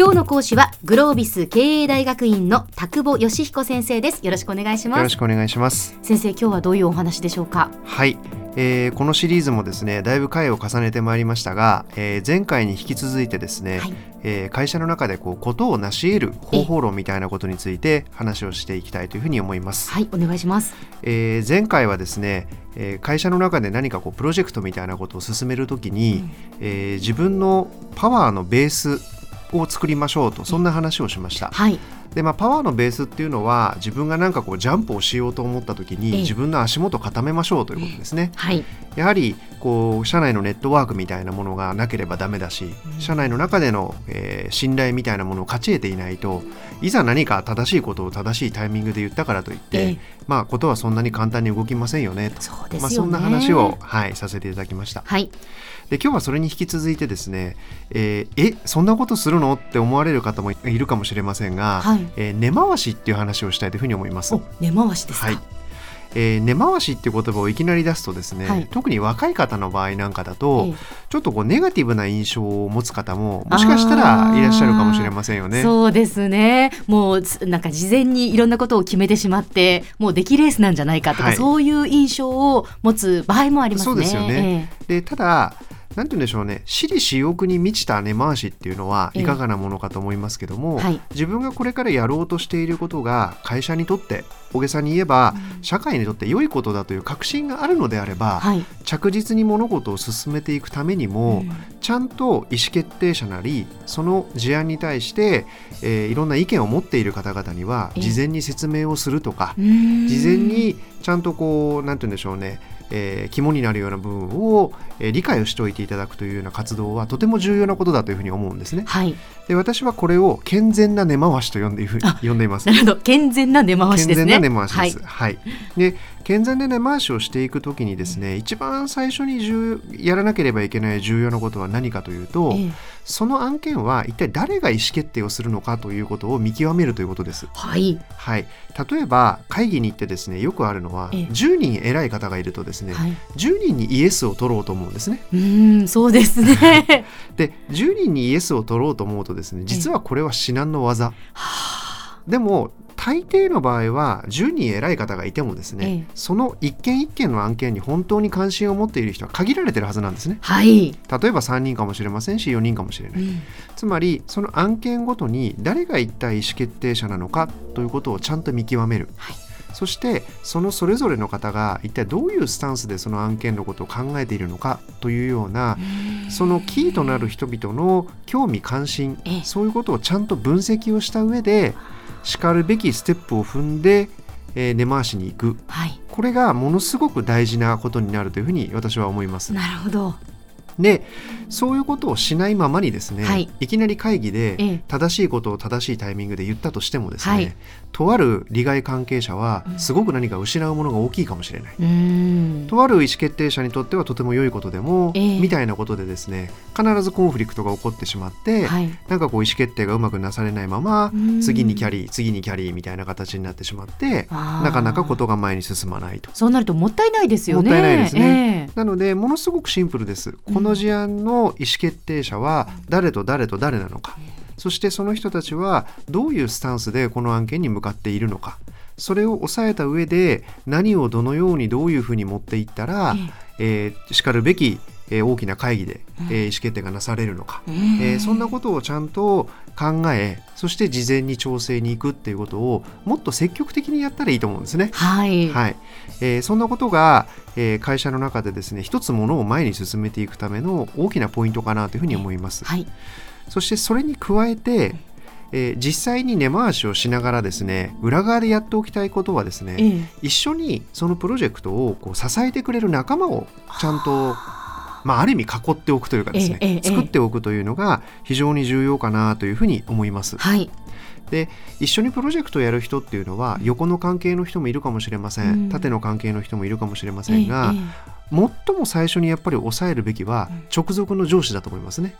今日の講師はグロービス経営大学院の田久保義彦先生です。よろしくお願いします。 よろしくお願いします。 先生、今日はどういうお話でしょうか？ はい、このシリーズもですねだいぶ回を重ねてまいりましたが、前回に引き続いてですね、会社の中でことを成し得る方法論みたいなことについて話をしていきたいというふうに思います。 はい、お願いします。 前回はですね、会社の中で何かプロジェクトみたいなことを進めるときに、自分のパワーのベースを作りましょうと、そんな話をしました。 はい。 でパワーのベースっていうのは自分がジャンプをしようと思った時に自分の足元を固めましょうということですね。 はい。 やはり社内のネットワークみたいなものがなければダメだし、社内の中での、信頼みたいなものを勝ち得ていないと、いざ何か正しいことを正しいタイミングで言ったからといって、ことはそんなに簡単に動きませんよねと。 そうですよね。 そんな話を、させていただきました。 はい。 で今日はそれに引き続いてですね、そんなことするのって思われる方もいるかもしれませんが、根回しっていう話をしたいというふうに思います。 根回しですか？ はい。根回しっていう言葉をいきなり出すとですね、特に若い方の場合なんかだと、ちょっとネガティブな印象を持つ方ももしかしたらいらっしゃるかもしれませんよね。 そうですね。もうなんか事前にいろんなことを決めてしまって、もう出来レースなんじゃないかとか、そういう印象を持つ場合もありますね。 そうですよね。でただなんて言うんでしょうね、私利私欲に満ちた根回しっていうのはいかがなものかと思いますけども、自分がこれからやろうとしていることが会社にとって、大げさに言えば、社会にとって良いことだという確信があるのであれば、着実に物事を進めていくためにも、ちゃんと意思決定者なりその事案に対して、いろんな意見を持っている方々には事前に説明をするとか、事前にちゃんとなんて言うんでしょうね、肝になるような部分を、理解をしておいていただくというような活動はとても重要なことだというふうに思うんですね。で私はこれを健全な根回しと呼んでいます。 なるほど、健全な根回しですね。 健全な根回しです。で健全な根回しをしていくときにですね、一番最初にやらなければいけない重要なことは何かというと、その案件は一体誰が意思決定をするのかということを見極めるということです。例えば会議に行ってですね、よくあるのは、10人偉い方がいるとですね、10人にイエスを取ろうと思うんですね。 そうですね。 で10人にイエスを取ろうと思うとですね、実はこれは至難の業。でも大抵の場合は10人偉い方がいてもですね、その一件一件の案件に本当に関心を持っている人は限られているはずなんですね。例えば3人かもしれませんし4人かもしれない、つまりその案件ごとに誰が一体意思決定者なのかということをちゃんと見極める、そしてそれぞれの方が一体どういうスタンスでその案件のことを考えているのかというような、そのキーとなる人々の興味関心、そういうことをちゃんと分析をした上でしかるべきステップを踏んで、根回しに行く、これがものすごく大事なことになるというふうに私は思います。 なるほど。 でそういうことをしないままにですね、いきなり会議で正しいことを正しいタイミングで言ったとしてもですね、とある利害関係者はすごく何か失うものが大きいかもしれない、とある意思決定者にとってはとても良いことでも、みたいなことでですね、必ずコンフリクトが起こってしまって、なんか意思決定がうまくなされないまま次にキャリーみたいな形になってしまって、なかなかことが前に進まないと。 そうなるともったいないですよね。 もったいないですね。なのでものすごくシンプルです。この事案の意思決定者は誰と誰と誰なのか、そしてその人たちはどういうスタンスでこの案件に向かっているのか、それを抑えた上で何をどのようにどういうふうに持っていったら、しかるべき大きな会議で意思決定がなされるのか、そんなことをちゃんと考え、そして事前に調整に行くっていうことをもっと積極的にやったらいいと思うんですね。そんなことが、会社の中でですね、一つものを前に進めていくための大きなポイントかなというふうに思います。そしてそれに加えて、実際に根回しをしながらですね、裏側でやっておきたいことはですね、一緒にそのプロジェクトを支えてくれる仲間をちゃんとある意味囲っておくというかですね、作っておくというのが非常に重要かなというふうに思います。で一緒にプロジェクトをやる人っていうのは横の関係の人もいるかもしれません、縦の関係の人もいるかもしれませんが、最も最初にやっぱり抑えるべきは直属の上司だと思いますね。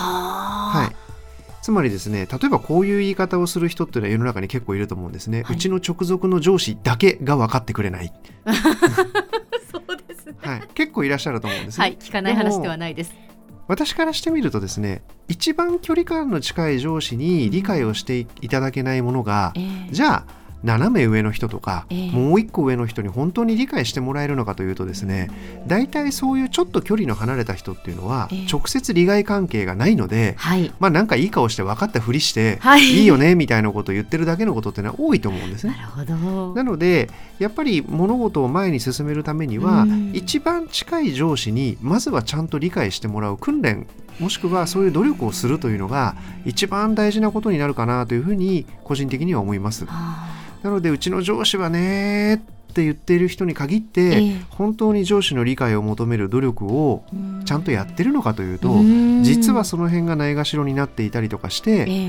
つまりですね、例えばこういう言い方をする人っていうのは世の中に結構いると思うんですね。うちの直属の上司だけが分かってくれないそうですね、 結構いらっしゃると思うんですね。 聞かない話ではないです。 私からしてみるとですね、一番距離感の近い上司に理解をしていただけないものが、じゃあ斜め上の人とか、もう一個上の人に本当に理解してもらえるのかというとですね、大体そういうちょっと距離の離れた人っていうのは、直接利害関係がないので、なんかいい顔して分かったふりして、いいよねみたいなことを言ってるだけのことっていうのは多いと思うんですね。 なるほど。 なのでやっぱり物事を前に進めるためには、一番近い上司にまずはちゃんと理解してもらう訓練、もしくはそういう努力をするというのが一番大事なことになるかなというふうに個人的には思います。なのでうちの上司はねって言っている人に限って、本当に上司の理解を求める努力をちゃんとやってるのかというと、実はその辺がないがしろになっていたりとかして、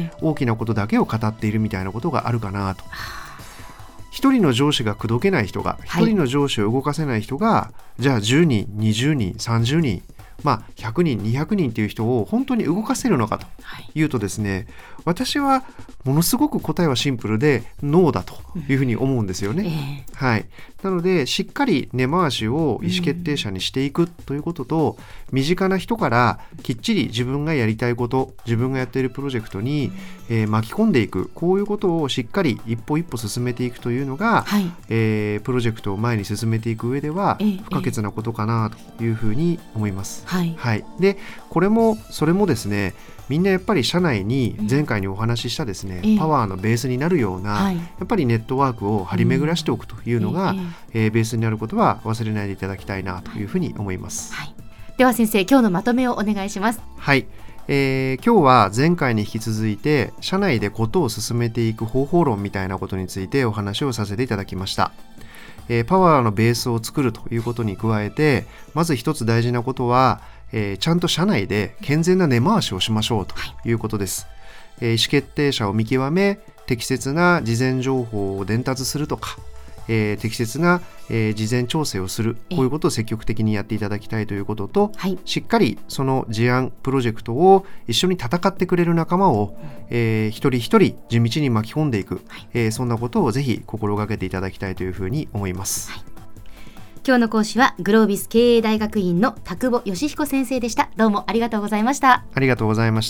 大きなことだけを語っているみたいなことがあるかなと。一人の上司が口説けない人が、一人の上司を動かせない人が、じゃあ10人20人30人、100人200人という人を本当に動かせるのかというとですね、私はものすごく答えはシンプルでノーだというふうに思うんですよね。なのでしっかり根回しを意思決定者にしていくということと、身近な人からきっちり自分がやりたいこと、自分がやっているプロジェクトに、巻き込んでいく、こういうことをしっかり一歩一歩進めていくというのが、プロジェクトを前に進めていく上では不可欠なことかなというふうに思います。でこれもそれもですね、みんなやっぱり社内に前回にお話ししたですね、パワーのベースになるような、やっぱりネットワークを張り巡らしておくというのが、ベースになることは忘れないでいただきたいなというふうに思います。 では先生、今日のまとめをお願いします。 今日は前回に引き続いて社内でことを進めていく方法論みたいなことについてお話をさせていただきました。パワーのベースを作るということに加えて、まず一つ大事なことは、ちゃんと社内で健全な根回しをしましょうということです。意思決定者を見極め、適切な事前情報を伝達するとか、適切な、事前調整をする、こういうことを積極的にやっていただきたいということと、しっかりその事案プロジェクトを一緒に戦ってくれる仲間を、一人一人地道に巻き込んでいく、そんなことをぜひ心がけていただきたいというふうに思います。 今日の講師はグロービス経営大学院の田久保義彦先生でした。どうもありがとうございました。 ありがとうございました。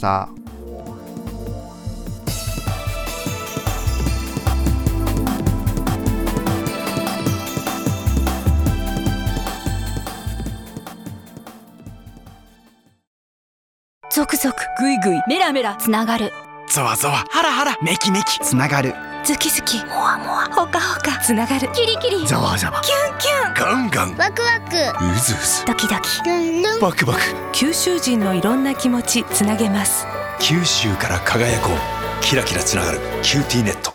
ゾクゾクグイグイメラメラつながる、 ゾワゾワハラハラメキメキつながる、 ズキズキモワモワホカホカつながる、キリキリザワザワキュンキュンガンガンワクワクうずうずドキドキルンルンバクバク、 九州人のいろんな気持ちつなげます。 九州から輝こう、キラキラつながるキューティーネット。